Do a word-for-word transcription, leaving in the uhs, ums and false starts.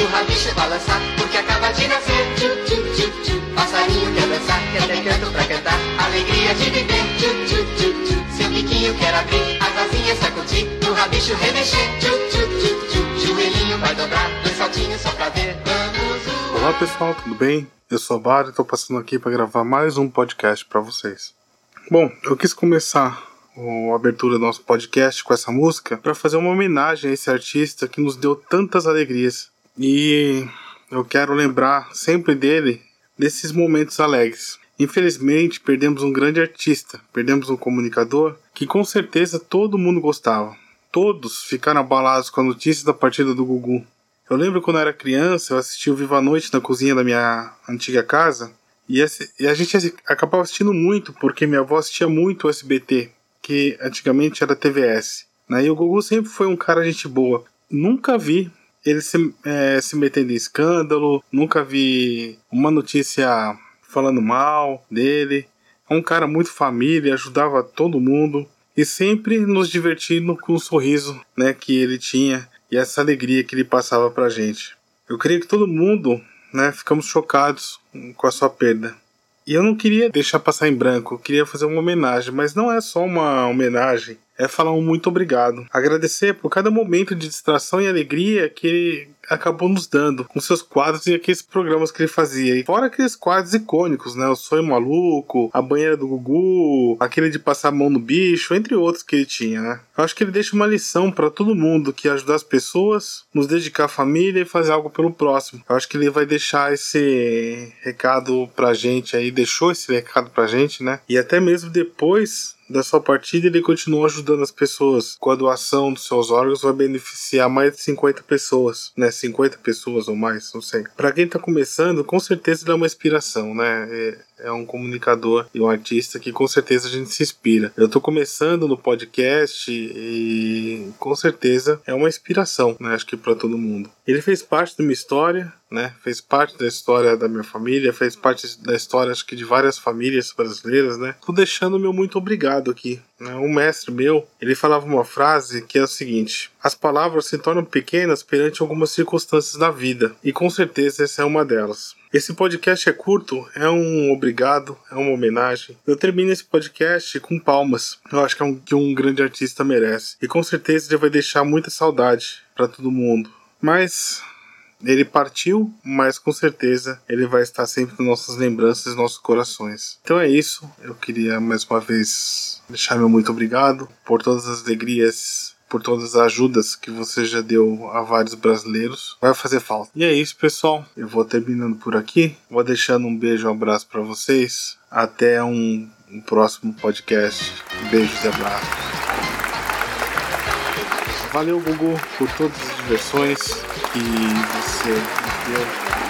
o rabicho balançar, porque acaba de nascer. Tchu, tchu, tchu, tchu. Passarinho quer dançar, quer ter canto pra cantar, alegria de viver. Tchu, tchu, tchu, tchu. Seu biquinho quer abrir, as asinhas sacudir, no rabicho remexer. Tchu, tchu, tchu, tchu. Joelhinho vai dobrar, dois saltinhos só pra ver. Vamos. Olá pessoal, tudo bem? Eu sou o Bar e tô passando aqui para gravar mais um podcast para vocês. Bom, eu quis começar a abertura do nosso podcast com essa música para fazer uma homenagem a esse artista que nos deu tantas alegrias. E eu quero lembrar sempre dele, desses momentos alegres. Infelizmente, perdemos um grande artista, perdemos um comunicador que com certeza todo mundo gostava. Todos ficaram abalados com a notícia da partida do Gugu. Eu lembro quando eu era criança, eu assistia o Viva a Noite na cozinha da minha antiga casa, e, esse, e a gente acabava assistindo muito, porque minha avó assistia muito o S B T, que antigamente era T V S. Né? E o Gugu sempre foi um cara gente boa. Nunca vi ele se, é, se metendo em escândalo, nunca vi uma notícia falando mal dele. É um cara muito família, ajudava todo mundo e sempre nos divertindo com o sorriso, né, que ele tinha e essa alegria que ele passava pra gente. Eu creio que todo mundo, né, ficamos chocados com a sua perda. E eu não queria deixar passar em branco, eu queria fazer uma homenagem, mas não é só uma homenagem, é falar um muito obrigado. Agradecer por cada momento de distração e alegria que ele acabou nos dando, com seus quadros e aqueles programas que ele fazia. E fora aqueles quadros icônicos, né? O Sonho Maluco, A Banheira do Gugu, aquele de passar a mão no bicho, entre outros que ele tinha, né? Eu acho que ele deixa uma lição para todo mundo, que é ajudar as pessoas, nos dedicar à família e fazer algo pelo próximo. Eu acho que ele vai deixar esse recado pra gente aí, deixou esse recado pra gente, né? E até mesmo depois da sua partida, ele continuou ajudando as pessoas. Com a doação dos seus órgãos, vai beneficiar mais de cinquenta pessoas, né? cinquenta pessoas ou mais, não sei. Pra quem tá começando, com certeza ele é uma inspiração, né? É, é um comunicador e um artista que com certeza a gente se inspira. Eu tô começando no podcast e com certeza é uma inspiração, né? Acho que pra todo mundo. Ele fez parte da minha história, né? Fez parte da história da minha família, fez parte da história, acho que de várias famílias brasileiras, né? Tô deixando o meu muito obrigado aqui. Né? Um mestre meu, ele falava uma frase que é o seguinte: as palavras se tornam pequenas perante algumas circunstâncias da vida, e com certeza essa é uma delas. Esse podcast é curto, é um obrigado, é uma homenagem. Eu termino esse podcast com palmas. Eu acho que é um que um grande artista merece. E com certeza ele vai deixar muita saudade para todo mundo. Mas ele partiu, mas com certeza ele vai estar sempre nas nossas lembranças e nos nossos corações. Então é isso. Eu queria mais uma vez deixar meu muito obrigado por todas as alegrias, por todas as ajudas que você já deu a vários brasileiros. Vai fazer falta. E é isso, pessoal. Eu vou terminando por aqui. Vou deixando um beijo e um abraço para vocês. Até um, um próximo podcast. Beijos e abraços. Valeu, Gugu, por todas as diversões que você deu.